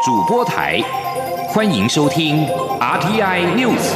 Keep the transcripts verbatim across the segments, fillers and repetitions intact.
主播台，欢迎收听 R T I News。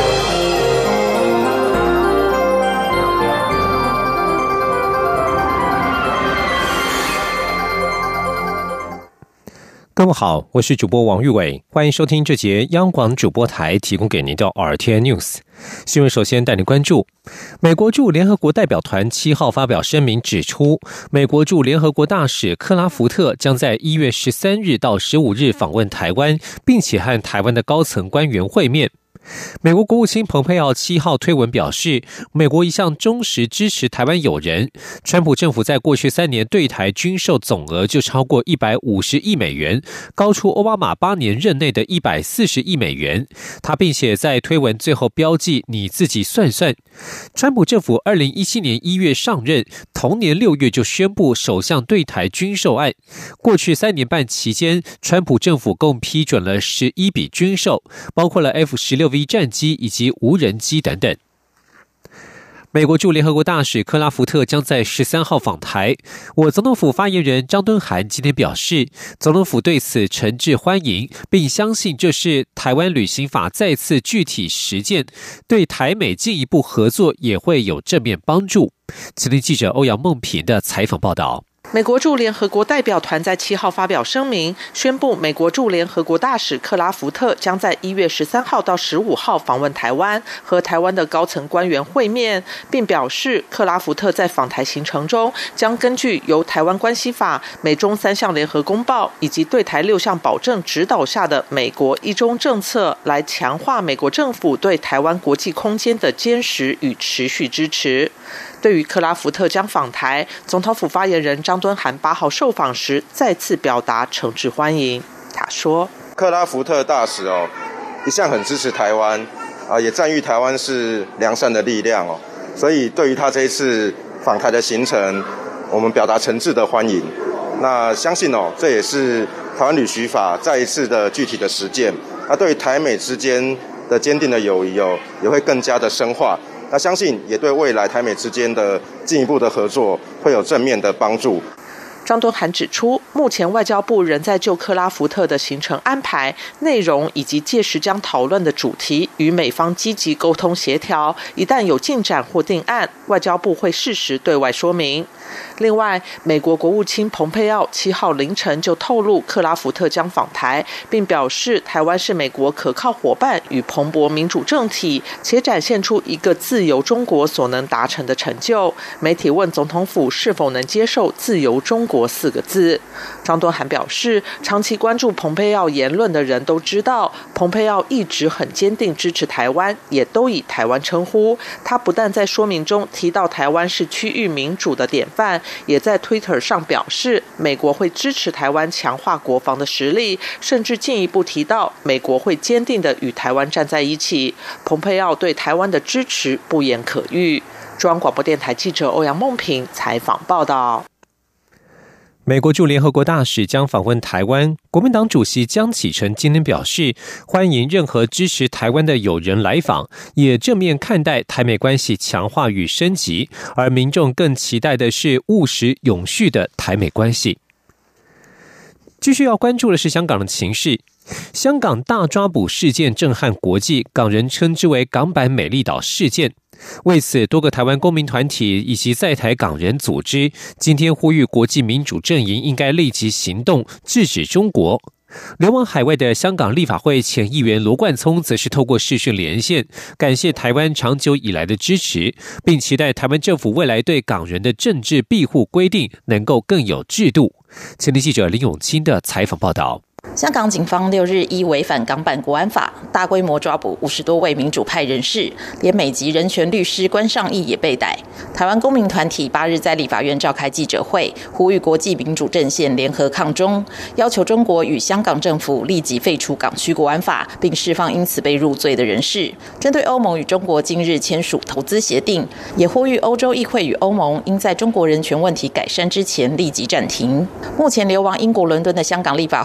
各位好，我是主播王玉伟，欢迎收听这节央广主播台提供给您的 R T I News 新闻。首先带您关注，美国驻联合国代表团七号发表声明指出，美国驻联合国大使克拉福特将在一月十三日到十五日访问台湾，并且和台湾的高层官员会面。美国国务卿蓬佩奥七号推文表示，美国一向忠实支持台湾友人。川普政府在过去三年对台军售总额就超过一百五十亿美元，高出奥巴马八年任内的一百四十亿美元。他并且在推文最后标记你自己算算。川普政府二零一七年一月上任，同年六月就宣布首项对台军售案。过去三年半期间，川普政府共批准了十一笔军售，包括了 F 十六 V战机以及无人机等等。美国驻联合国大使克拉福特将在十三号访台。我总统府发言人张敦涵今天表示，总统府对此诚挚欢迎，并相信这是台湾旅行法再次具体实践，对台美进一步合作也会有正面帮助。请听记者欧阳梦平的采访报道。 美国驻联合国代表团在七号发表声明，宣布美国驻联合国大使克拉福特将在一月十三号到十五号访问台湾，和台湾的高层官员会面，并表示克拉福特在访台行程中将根据由台湾关系法、美中三项联合公报以及对台六项保证指导下的美国一中政策，来强化美国政府对台湾国际空间的坚实与持续支持。对于克拉福特将访台，总统府发言人张敦涵八号受访时再次表达诚挚欢迎。他说：“ 克拉福特大使哦，一向很支持台湾啊，也赞誉台湾是良善的力量哦，所以对于他这一次访台的行程，我们表达诚挚的欢迎。那相信哦，这也是台湾旅行法再一次的具体的实践。那对于台美之间的坚定的友谊哦，也会更加的深化。”那相信也对未来台美之间的进一步的合作会有正面的帮助。 张敦涵指出，目前外交部仍在就克拉福特的行程安排、内容以及届时将讨论的主题与美方积极沟通协调，一旦有进展或定案，外交部会适时对外说明。另外，美国国务卿蓬佩奥七号凌晨就透露克拉福特将访台，并表示台湾是美国可靠伙伴与蓬勃民主政体，且展现出一个自由中国所能达成的成就。媒体问总统府是否能接受自由中国四个字，张敦涵表示，长期关注蓬佩奥言论的人都知道，蓬佩奥一直很坚定支持台湾，也都以台湾称呼。他不但在说明中提到台湾是区域民主的典范，也在 Twitter 上表示，美国会支持台湾强化国防的实力，甚至进一步提到美国会坚定地与台湾站在一起。蓬佩奥对台湾的支持不言可喻。中央广播电台记者欧阳梦平采访报道。 美国驻联合国大使将访问台湾，国民党主席江启臣今天表示，欢迎任何支持台湾的友人来访，也正面看待台美关系强化与升级，而民众更期待的是务实永续的台美关系。继续要关注的是香港的情势。香港大抓捕事件震撼国际，港人称之为港版美丽岛事件。为此，多个台湾公民团体以及在台港人组织今天呼吁国际民主阵营应该立即行动，制止中国。流亡海外的香港立法会前议员罗冠聪则是透过视讯连线，感谢台湾长久以来的支持，并期待台湾政府未来对港人的政治庇护规定能够更有制度。前天记者林永清的采访报道。 香港警方六日依违反港版国安法，大规模抓捕五十多位民主派人士，连美籍人权律师关尚义也被逮。台湾公民团体八日在立法院召开记者会，呼吁国际民主阵线联合抗中，要求中国与香港政府立即废除港区国安法，并释放因此被入罪的人士。针对欧盟与中国近日签署投资协定，也呼吁欧洲议会与欧盟应在中国人权问题改善之前立即暂停。目前流亡英国伦敦的香港立法会前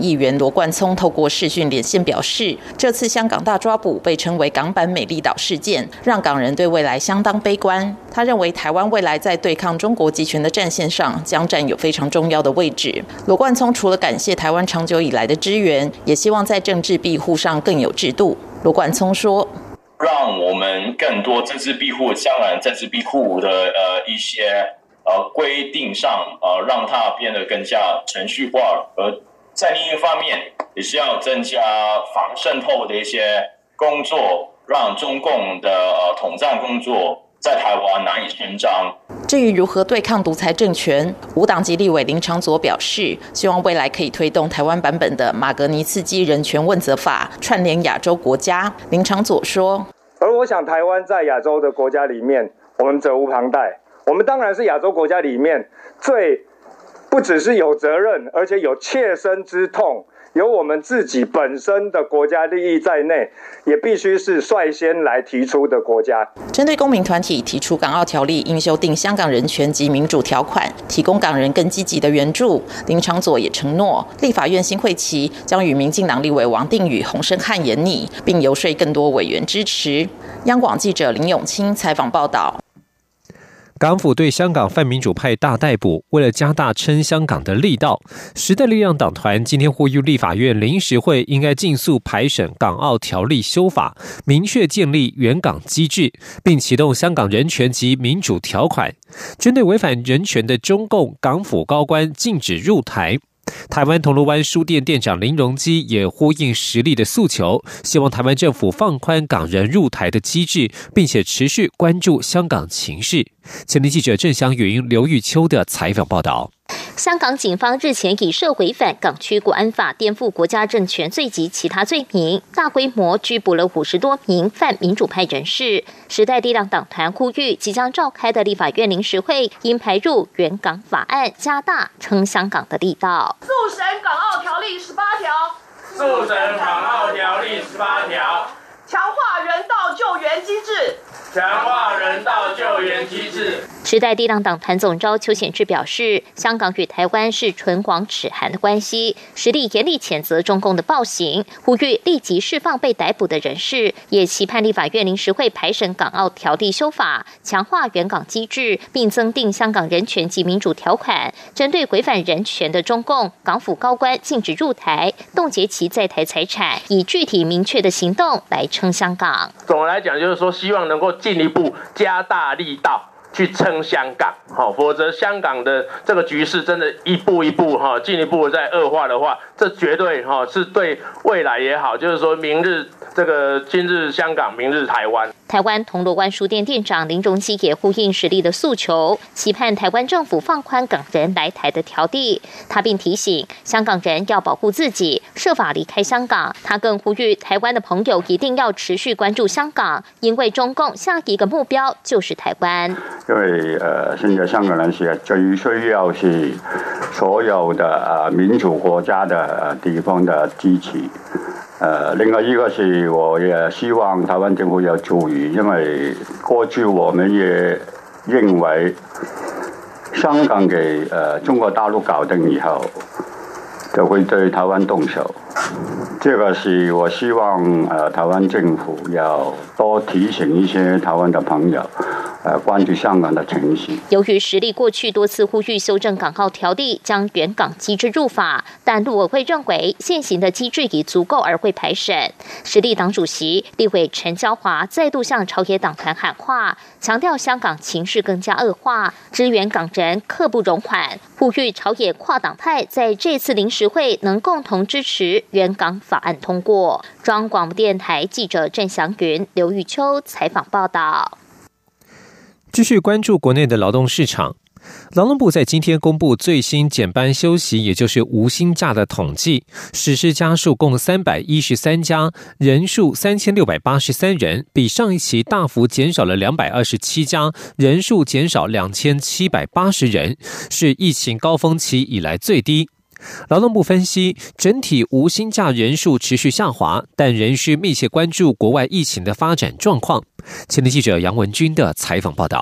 议员罗冠聪透过视讯连线表示，这次香港大抓捕被称为港版美丽岛事件，让港人对未来相当悲观。他认为台湾未来在对抗中国集权的战线上将占有非常重要的位置。罗冠聪除了感谢台湾长久以来的支援，也希望在政治庇护上更有制度。罗冠聪说， 让我们更多政治庇护，香港政治庇护的呃一些呃规定上，呃让它变得更加程序化，而在另一方面也是要增加防渗透的一些工作，让中共的呃统战工作在台湾难以伸张。 至于如何对抗独裁政权，无党籍立委林长佐表示，希望未来可以推动台湾版本的马格尼茨基人权问责法，串联亚洲国家。林长佐说， 而我想台湾在亚洲的国家里面，我们责无旁贷，我们当然是亚洲国家里面最不只是有责任，而且有切身之痛，有我们自己本身的国家利益在内，也必须是率先来提出的国家。 针对公民团体提出港澳条例应修订香港人权及民主条款，提供港人更积极的援助，林长佐也承诺，立法院新会期将与民进党立委王定宇、洪申翰研拟，并游说更多委员支持。央广记者林永清采访报道。 港府对香港泛民主派大逮捕，为了加大撑香港的力道，时代力量党团今天呼吁立法院临时会应该尽速排审港澳条例修法，明确建立援港机制，并启动香港人权及民主条款，针对违反人权的中共港府高官禁止入台。台湾铜锣湾书店店长林荣基也呼应实力的诉求，希望台湾政府放宽港人入台的机制，并且持续关注香港情势。前天记者郑祥云、刘玉秋的采访报道。 香港警方日前以涉违反港区国安法、颠覆国家政权罪及其他罪名，大规模拘捕了五十多名泛民主派人士。时代力量党团呼吁，即将召开的立法院临时会应排入援港法案，加大撑香港的力道。 速审港澳条例十八条， 速审港澳条例十八条， 强化人道救援机制。 强化人道救援机制。 时代力量党团总召邱显智表示，香港与台湾是唇亡齿寒的关系，实力严厉谴责中共的暴行，呼吁立即释放被逮捕的人士，也期盼立法院临时会排审港澳条例修法，强化援港机制，并增订香港人权及民主条款，针对违反人权的中共港府高官禁止入台，冻结其在台财产，以具体明确的行动来撑香港。 总的来讲，就是说希望能够进一步加大力道去撑香港，好，否则香港的这个局势真的一步一步哈，进一步在恶化的话，这绝对哈是对未来也好，就是说明日这个今日香港，明日台湾。 台湾铜锣湾书店店长林荣基也呼应实力的诉求，期盼台湾政府放宽港人来台的条例。他并提醒香港人要保护自己，设法离开香港。他更呼吁台湾的朋友一定要持续关注香港，因为中共下一个目标就是台湾。 因為誒、呃，現在香港人是最需要是所有的誒、呃、民主國家的地方的支持。呃，另外一個是我也希望台灣政府要注意，因為過去我們也認為香港給呃中國大陸搞定以後，就會對台灣動手。這個是我希望呃台灣政府要多提醒一些台灣的朋友。呃，關注香港的情形。 由於時力過去多次呼籲修正港澳條例，將援港機制入法，但陸委會認為現行的機制已足夠而會排審。時力黨主席立委陳椒華再度向朝野黨團喊話，強調香港情勢更加惡化，支援港人刻不容緩，呼籲朝野跨黨派在這次臨時會能共同支持援港法案通過。中央廣播電台記者鄭祥雲、劉玉秋採訪報道。 繼續關注國內的勞動市場。勞動部在今天公布最新減班休息，也就是無薪假的統計，實施家數共三百一十三家，人數三千六百八十三人，比上一期大幅減少了兩百二十七家，人數減少兩千七百八十人，是疫情高峰期以來最低。勞動部分析，整體無薪假人數持續下滑，但仍需密切關注國外疫情的發展狀況。前天記者楊文君的採訪報道。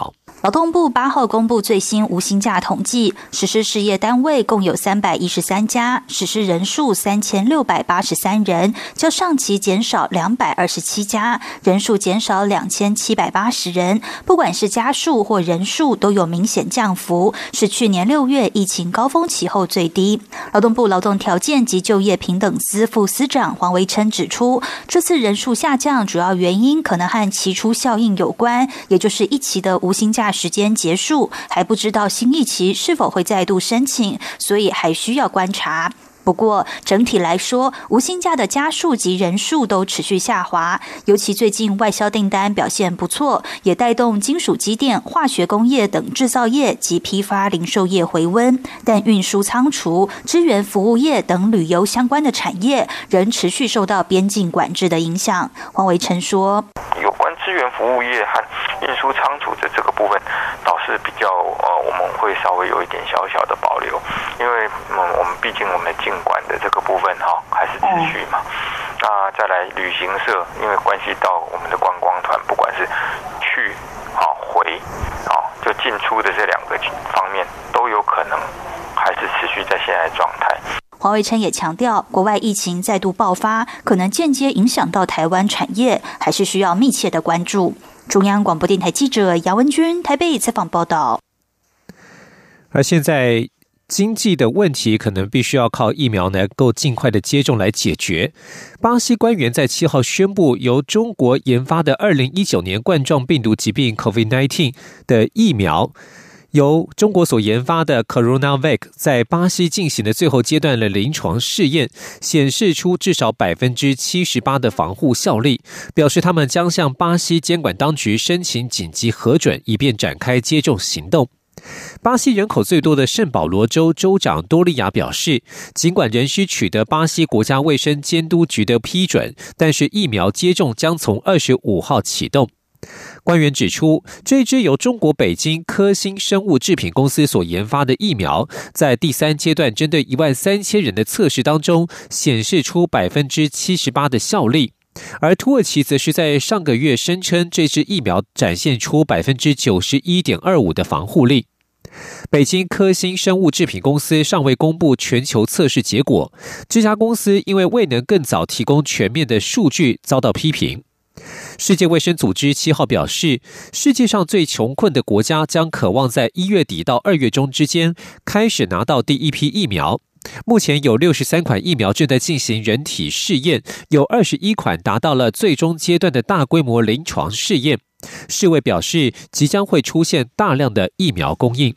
劳动部八号公布最新无薪假统计，实施事业单位共有三百一十三家，实施人数三千六百八十三人，较上期减少两百二十七家，人数减少两千七百八十人。不管是家数或人数，都有明显降幅，是去年六月疫情高峰期后最低。劳动部劳动条件及就业平等司副司长黄维琛指出，这次人数下降主要原因可能和期初效应有关，也就是一期的无薪假时间结束，还不知道新一期是否会再度申请，所以还需要观察。不过整体来说，无薪假的家数及人数都持续下滑，尤其最近外销订单表现不错，也带动金属机电、化学工业等制造业及批发零售业回温，但运输仓储、支援服务业等旅游相关的产业仍持续受到边境管制的影响。黄维琛说， 有关支援服务业和运输仓储的这个部分倒是比较呃，我们会稍微有一点小小的保留，因为嗯，我们毕竟我们的进管的这个部分哈、哦、还是持续嘛。那再来旅行社，因为关系到我们的观光团，不管是去啊、哦、回啊、哦，就进出的这两个方面都有可能还是持续在现在的状态。 黄维琛也强调，国外疫情再度爆发，可能间接影响到台湾产业，还是需要密切的关注。中央广播电台记者杨文君台北采访报道。 而现在经济的问题可能必须要靠疫苗能够尽快的接种来解决。巴西官员在七号宣布，由中国研发的二零一九年冠状病毒疾病 COVID 十九 的疫苗，由中国所研发的 CoronaVac 在巴西进行的最后阶段的临床试验，显示出至少 百分之七十八 的防护效力，表示他们将向巴西监管当局申请紧急核准，以便展开接种行动。巴西人口最多的圣保罗州州长多利亚表示，尽管仍需取得巴西国家卫生监督局的批准，但是疫苗接种将从二十五号启动。官员指出，这支由中国北京科兴生物制品公司所研发的疫苗，在第三阶段针对一万三千人的测试当中，显示出 百分之七十八 的效力。而土耳其则是在上个月声称，这支疫苗展现出 百分之九十一点二五 的防护力。北京科兴生物制品公司尚未公布全球测试结果，这家公司因为未能更早提供全面的数据遭到批评。世界卫生组织七号表示，世界上最穷困的国家将渴望在一月底到二月中之间开始拿到第一批疫苗。目前有六十三款疫苗正在进行人体试验，有二十一款达到了最终阶段的大规模临床试验。世卫表示，即将会出现大量的疫苗供应。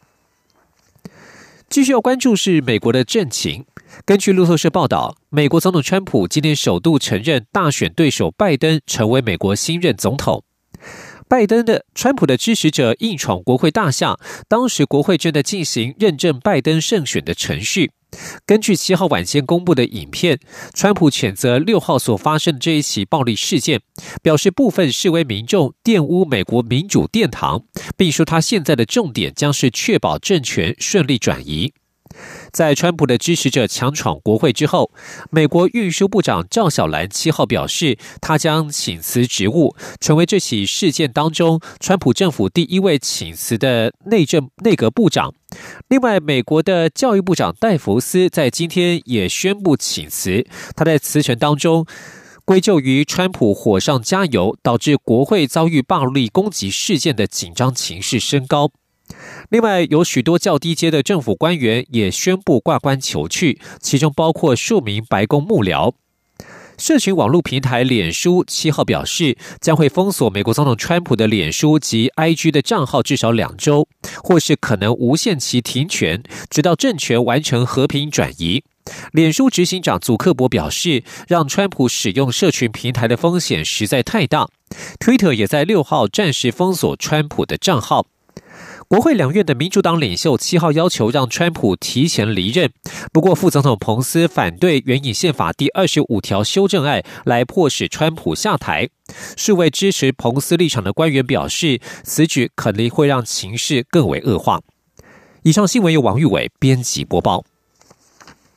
继续要关注是美国的政情。根据路透社报道，美国总统川普今天首度承认大选对手拜登成为美国新任总统。拜登的川普的支持者硬闯国会大厦，当时国会正在进行认证拜登胜选的程序。根据七号晚间公布的影片，川普谴责六号所发生的这一起暴力事件，表示部分示威民众玷污美国民主殿堂，并说他现在的重点将是确保政权顺利转移。在川普的支持者强闯国会之后，美国运输部长赵小兰七号表示，他将请辞职务，成为这起事件当中川普政府第一位请辞的内政内阁部长。另外，美国的教育部长戴福斯在今天也宣布请辞，他在辞呈当中归咎于川普火上加油，导致国会遭遇暴力攻击事件的紧张情势升高。另外，有许多较低阶的政府官员也宣布挂冠求去，其中包括数名白宫幕僚。社群网络平台脸书七号表示，将会封锁美国总统川普的脸书及 I G 的账号至少两周，或是可能无限期停权，直到政权完成和平转移。脸书执行长祖克伯表示，让川普使用社群平台的风险实在太大。Twitter 也在六号暂时封锁川普的账号。国会两院的民主党领袖七号要求让川普提前离任，不过副总统彭斯反对援引宪法第二十五条修正案来迫使川普下台。数位支持彭斯立场的官员表示，此举可能会让情势更为恶化。以上新闻由王玉伟编辑播报。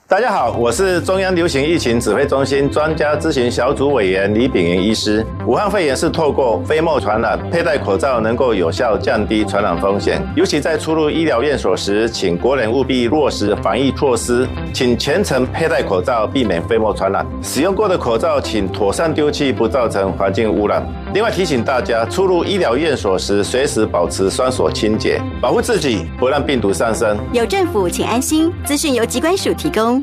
大家好，我是中央流行疫情指挥中心专家咨询小组委员李秉云医师。武汉肺炎是透过飞沫传染，佩戴口罩能够有效降低传染风险。尤其在出入医疗院所时，请国人务必落实防疫措施，请全程佩戴口罩，避免飞沫传染。使用过的口罩请妥善丢弃，不造成环境污染。另外提醒大家，出入医疗院所时，随时保持双手清洁，保护自己，不让病毒上身。 有政府，请安心。资讯由疾管署提供。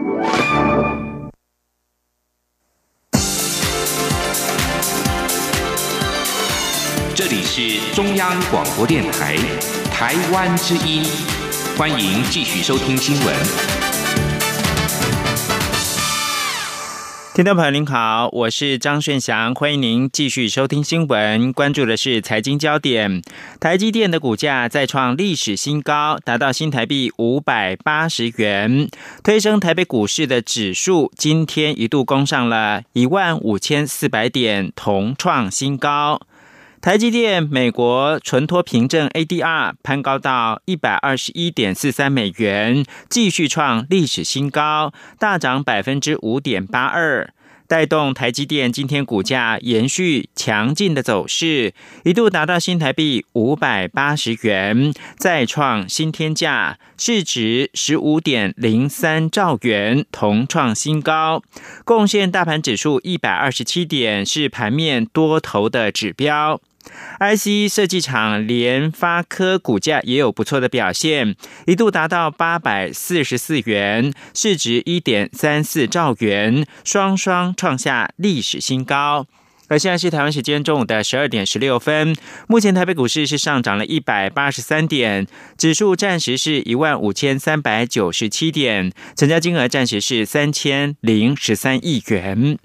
这里是中央广播电台台湾之音，欢迎继续收听新闻。 听众朋友您好，我是张顺祥，欢迎您继续收听新闻，关注的是财经焦点。台积电的股价再创历史新高，达到新台币五百八十元，推升台北股市的指数今天一度攻上了一万五千四百点，同创新高。台积电美国存托凭证 A D R 攀高到 一百二十一点四三美元，继续创历史新高，大涨 百分之五点八二， 带动台积电今天股价延续强劲的走势，一度达到新台币五百八十元，再创新天价，市值 十五点零三兆元，同创新高，贡献大盘指数一百二十七点，是盘面多头的指标。I C 设计厂联发科股价也有不错的表现，一度达到八百四十四元，市值 一点三四兆元，双双创下历史新高。而现在是台湾时间中午的十二点十六分，目前台北股市是上涨了一百八十三点，指数暂时是一万五千三百九十七点，成交金额暂时是三千零十三亿元。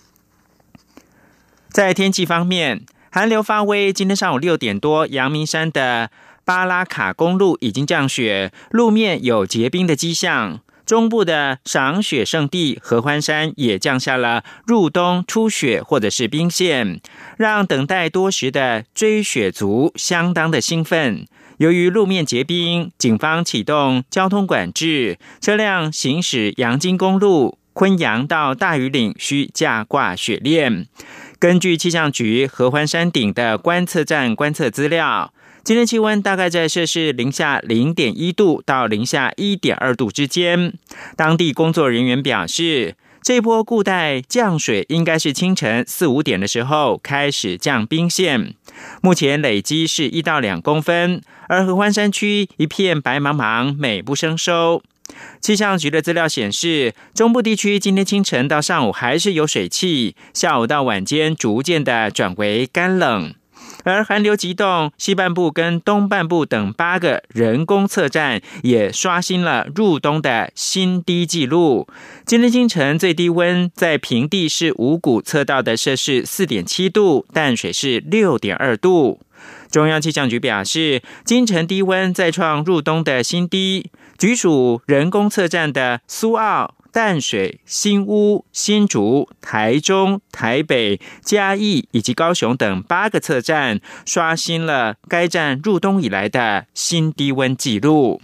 在天气方面，寒流发威，今天上午六点多，阳明山的巴拉卡公路已经降雪，路面有结冰的迹象。中部的赏雪圣地合欢山也降下了入冬初雪或者是冰线，让等待多时的追雪族相当的兴奋。由于路面结冰，警方启动交通管制，车辆行驶阳金公路昆阳到大屿岭需架挂雪链。根据气象局合欢山顶的观测站观测资料，今天气温大概在摄氏零下 零点一度到零下 一点二度之间。当地工作人员表示，这波固带降水应该是清晨四五点的时候开始降冰线，目前累积是一到两公分，而合欢山区一片白茫茫，美不胜收。气象局的资料显示，中部地区今天清晨到上午还是有水汽，下午到晚间逐渐的转为干冷。而寒流急冻，西半部跟东半部等八个人工测站也刷新了入冬的新低纪录。今天清晨最低温在平地是五股测到的摄氏 四点七度，淡水是 六点二度。中央气象局表示，今晨低温再创入冬的新低，局属人工测站的苏澳、淡水、新屋、新竹、台中、台北、嘉义以及高雄等八个测站，刷新了该站入冬以来的新低温纪录。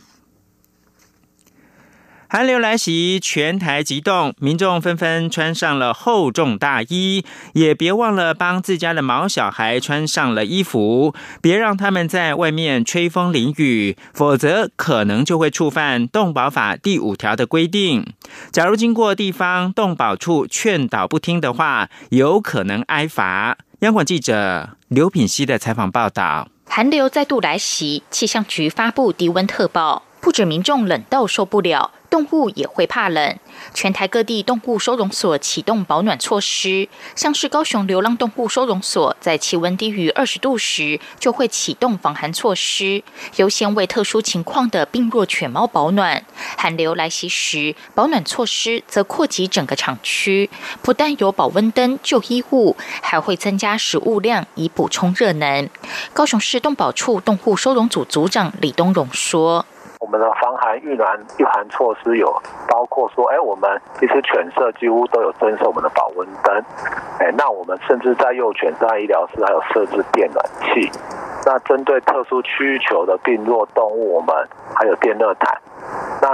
寒流来袭，全台急冻，民众纷纷穿上了厚重大衣，也别忘了帮自家的毛小孩穿上了衣服，别让他们在外面吹风淋雨，否则可能就会触犯动保法第五条的规定。假如经过地方动保处劝导不听的话，有可能挨罚。央广记者刘品希的采访报道。 寒流再度来袭，气象局发布低温特报，不止民众冷到受不了，动物也会怕冷。全台各地动物收容所启动保暖措施，像是高雄流浪动物收容所，在气温低于二十度时，就会启动防寒措施，优先为特殊情况的病弱犬猫保暖。寒流来袭时，保暖措施则扩及整个厂区，不但有保温灯、旧衣物，还会增加食物量以补充热能。高雄市动保处动物收容组组长李东荣说， 我们的防寒御寒御寒措施有包括说，哎，我们其实犬舍几乎都有增设我们的保温灯，哎，那我们甚至在幼犬障碍医疗室还有设置电暖器。那针对特殊需求的病弱动物，我们还有电热毯。那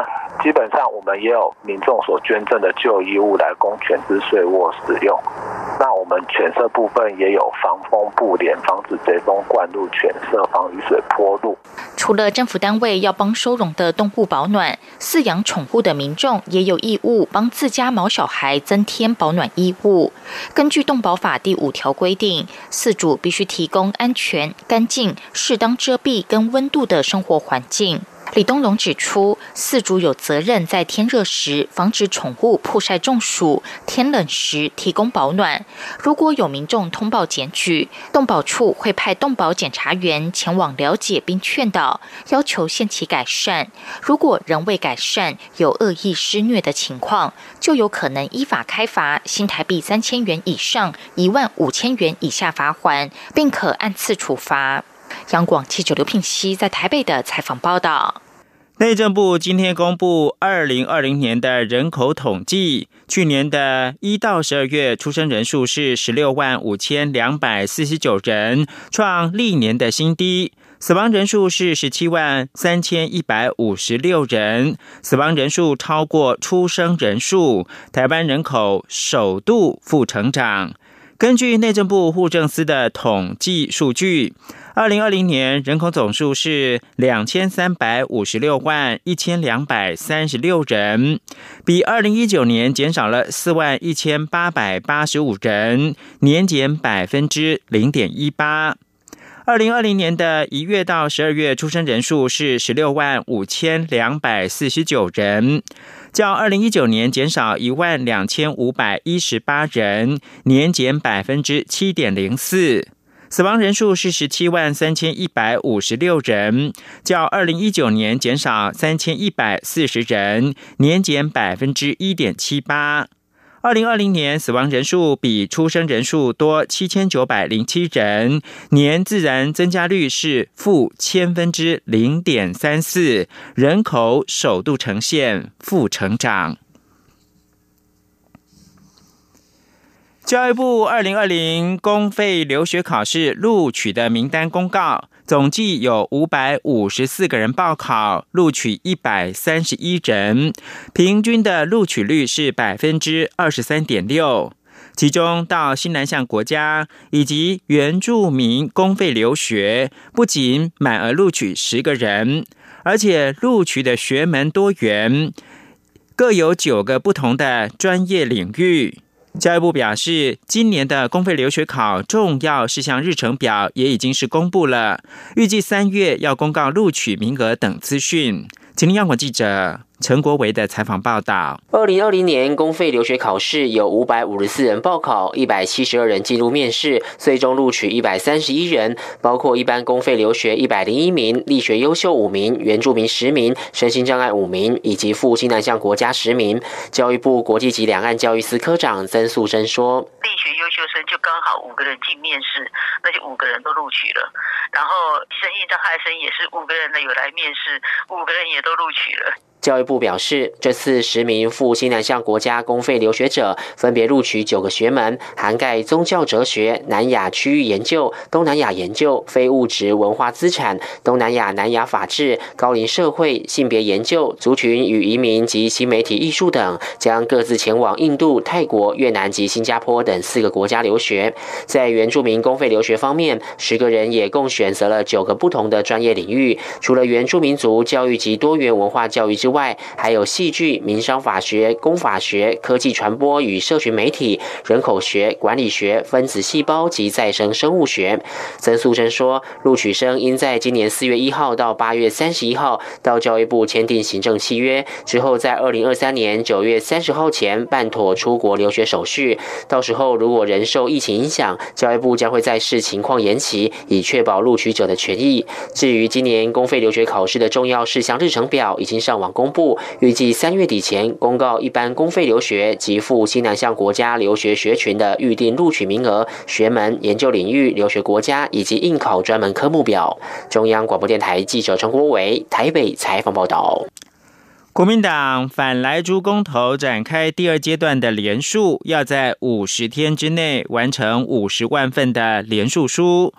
基本上我们也有民众所捐赠的旧衣物来供犬只睡卧使用。那我们犬舍部分也有防风布帘，防止贼风灌入犬舍，防雨水泼入。 除了政府单位要帮收容的动物保暖，饲养宠物的民众也有义务帮自家毛小孩增添保暖衣物。根据动保法第五条规定，饲主必须提供安全、干净、适当遮蔽跟温度的生活环境。李东龙指出，饲主有责任在天热时防止宠物曝晒中暑，天冷时提供保暖。如果有民众通报检举，动保处会派动保检查员前往了解并劝导，要求限期改善。如果仍未改善，有恶意施虐的情况，就有可能依法开罚新台币三千元以上一万五千元以下罚锾，并可按次处罚。央广记者刘聘熙在台北的采访报道。 内政部今天公布二零二零年的人口统计，去年的一到十二月出生人数是十六万五千两百四十九人，创历年的新低。死亡人数是十七万三千一百五十六人，死亡人数超过出生人数，台湾人口首度负成长。根据内政部户政司的统计数据，二零二零年人口总数是两千三百五十六万一千两百三十六人，比二零一九年减少了四万一千八百八十五人，年减百分之零点一八。二零二零年的一月到十二月出生人数是十六万五千两百四十九人，较二零一九年减少一万两千五百一十八人，年减百分之七点零四。死亡人数是十七万三千一百五十六人，较二零一九年减少三千一百四十人，年减百分之一点七八。二零二零年死亡人数比出生人数多七千九百零七人，年自然增加率是负千分之零点三四，人口首度呈现负成长。教育部二零二零公费留学考试录取的名单公告，总计有五百五十四个人报考，录取一百三十一人，平均的录取率是百分之二十三点六。其中到新南向国家以及原住民公费留学，不仅满额录取十个人，而且录取的学门多元，各有九个不同的专业领域。教育部表示，今年的公费留学考重要事项日程表也已经是公布了，预计三月要公告录取名额等资讯。请听央广记者陈国维的采访报道。 二零二零年公费留学考试有五百五十四人报考，一百七十二人进入面试，最终录取一百三十一人，包括一般公费留学一百零一名，力学优秀五名，原住民十名，身心障碍五名，以及赴新南向国家十名。教育部国际及两岸教育司科长曾素贞说， 力学优秀生就刚好五个人进面试，那就五个人都录取了，然后身心障碍生也是五个人的有来面试，五个人也都录取了。 教育部表示，这次十名赴新南向国家公费留学者分别录取九个学门，涵盖宗教哲学、南亚区域研究、东南亚研究、非物质文化资产、东南亚南亚法治、高龄社会、性别研究、族群与移民及新媒体艺术等，将各自前往印度、泰国、越南及新加坡等四个国家留学。在原住民公费留学方面，十个人也共选择了九个不同的专业领域，除了原住民族教育及多元文化教育之外，外，还有戏剧、民商法学、公法学、科技传播与社群媒体、人口学、管理学、分子细胞及再生生物学。曾素贞说，录取生应在今年四月一号到八月三十一号到教育部签订行政契约，之后在二零二三年九月三十号前办妥出国留学手续。到时候如果仍受疫情影响，教育部将会再视情况延期，以确保录取者的权益。至于今年公费留学考试的重要事项日程表已经上网公布，预计三月底前公告一般公费留学及赴新南向国家留学学群的预定录取名额、学门、研究领域、留学国家以及应考专门科目表。中央广播电台记者陈国伟台北采访报道。 国民党反莱猪公投展开第二阶段的联署，要在五十天之内完成五十万份的联署书。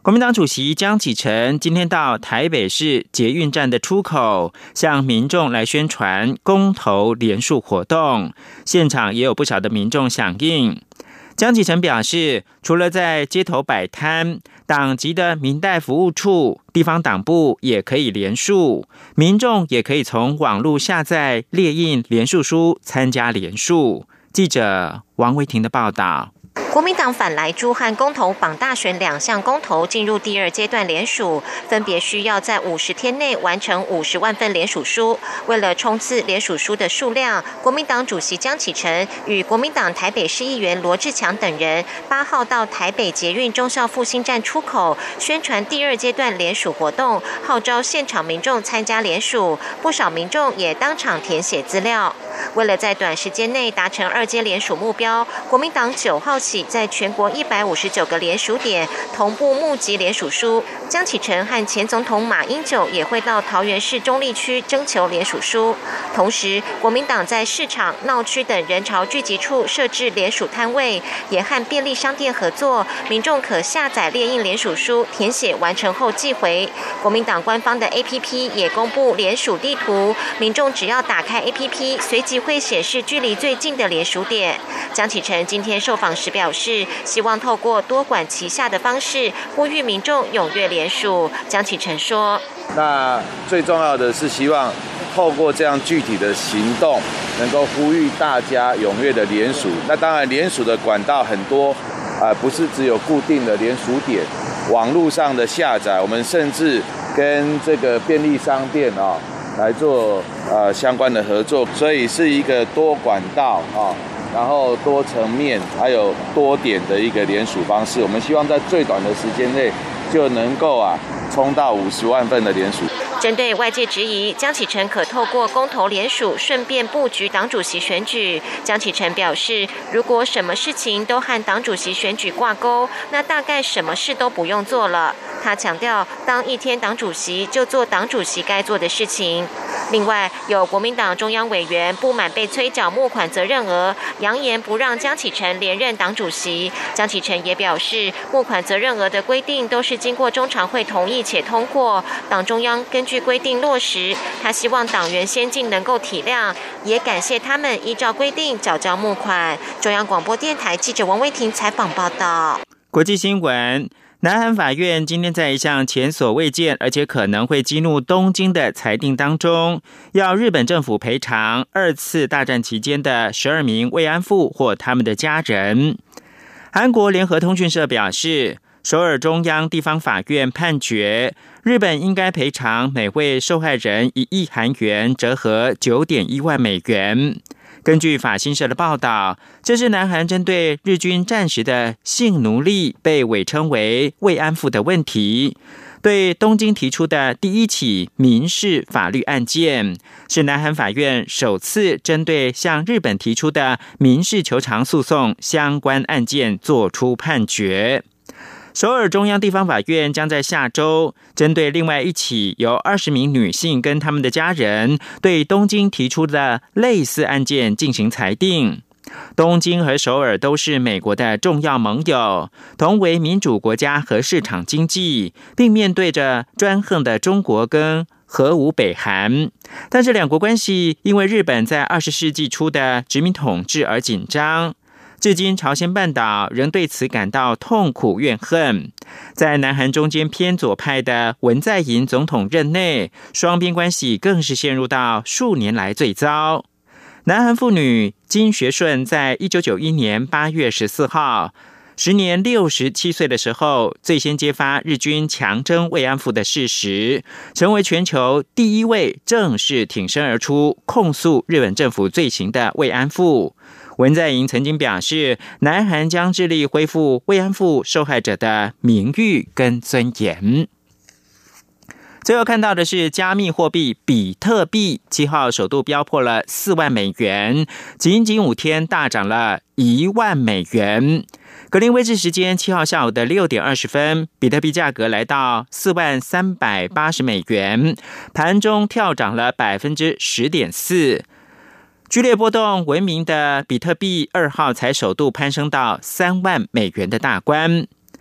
国民党主席江启臣今天到台北市捷运站的出口，向民众来宣传公投联署活动，现场也有不少的民众响应。江启臣表示，除了在街头摆摊，党籍的民代服务处、地方党部也可以联署，民众也可以从网络下载列印联署书参加联署。记者王维婷的报道。 国民党反莱猪和公投绑大选两项公投进入第二阶段联署，分别需要在五十天内完成五十万份联署书。为了冲刺联署书的数量，国民党主席江启臣与国民党台北市议员罗志强等人八号到台北捷运忠孝复兴站出口宣传第二阶段联署活动，号召现场民众参加联署，不少民众也当场填写资料。为了在短时间内达成二阶联署目标，国民党九号起在全国一百五十九个联署点同步募集联署书。江启臣和前总统马英九也会到桃园市中坜区征求联署书。同时，国民党在市场、闹区等人潮聚集处设置联署摊位，也和便利商店合作，民众可下载列印联署书，填写完成后寄回。国民党官方的 A P P 也公布联署地图，民众只要打开 A P P， 随即会显示距离最近的联署点。江启臣今天受访时表示，希望透过多管齐下的方式，呼吁民众踊跃联署。江启臣说：“ 那最重要的是希望透过这样具体的行动，能够呼吁大家踊跃的联署。那当然，联署的管道很多，啊、呃，不是只有固定的联署点，网络上的下载，我们甚至跟这个便利商店啊、哦、来做呃相关的合作，所以是一个多管道啊。”然后多层面还有多点的一个联署方式，我们希望在最短的时间内就能够啊冲到五十万份的联署。 针对外界质疑江启臣可透过公投联署顺便布局党主席选举，江启臣表示，如果什么事情都和党主席选举挂钩，那大概什么事都不用做了。他强调，当一天党主席就做党主席该做的事情。另外，有国民党中央委员不满被催缴募款责任额，扬言不让江启臣连任党主席。江启臣也表示，募款责任额的规定都是经过中常会同意且通过，党中央根据规定落实。他希望党员先进能够体谅，也感谢他们依照规定缴交募款。中央广播电台记者王威婷采访报道。 国际新闻。南韩法院今天在一项前所未见而且可能会激怒东京的裁定当中，要日本政府赔偿二次大战期间的十二名慰安妇或他们的家人。韩国联合通讯社表示，首尔中央地方法院判决，日本应该赔偿每位受害人一亿韩元，折合 九点一万美元。根据法新社的报道，这是南韩针对日军战时的性奴隶被伪称为慰安妇的问题，对东京提出的第一起民事法律案件，是南韩法院首次针对向日本提出的民事求偿诉讼相关案件作出判决。首尔中央地方法院将在下周针对另外一起由二十名女性跟他们的家人对东京提出的类似案件进行裁定。东京和首尔都是美国的重要盟友，同为民主国家和市场经济，并面对着专横的中国跟核武北韩。但是两国关系因为日本在二十世纪初的殖民统治而紧张。至今朝鲜半岛仍对此感到痛苦怨恨。在南韩中间偏左派的文在寅总统任内，双边关系更是陷入到数年来最糟。南韩妇女金学顺在一九九一年八月十四号，时年六十七岁的时候，最先揭发日军强征慰安妇的事实，成为全球第一位正式挺身而出控诉日本政府罪行的慰安妇。文在寅曾经表示，南韩将致力恢复慰安妇受害者的名誉跟尊严。最后看到的是加密货币比特币七号首度飙破了四万美元，仅仅五天大涨了一万美元。格林威治时间七号下午的六点二十分，比特币价格来到四万三百八十美元，盘中跳涨了百分之十点四。剧烈波动闻名的比特币二号才首度攀升到三万美元的大关。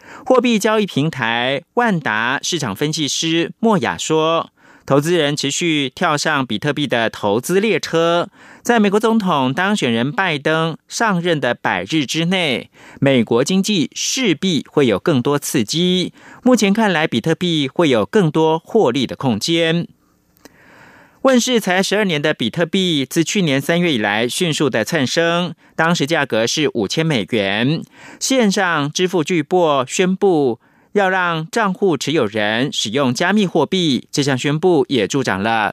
货币交易平台万达市场分析师莫雅说，投资人持续跳上比特币的投资列车，在美国总统当选人拜登上任的百日之内，美国经济势必会有更多刺激。目前看来，比特币会有更多获利的空间。问世才十二年的比特币，自去年三月以来迅速的窜升，当时价格是五千美元。线上支付巨擘宣布要让账户持有人使用加密货币，这项宣布也助长了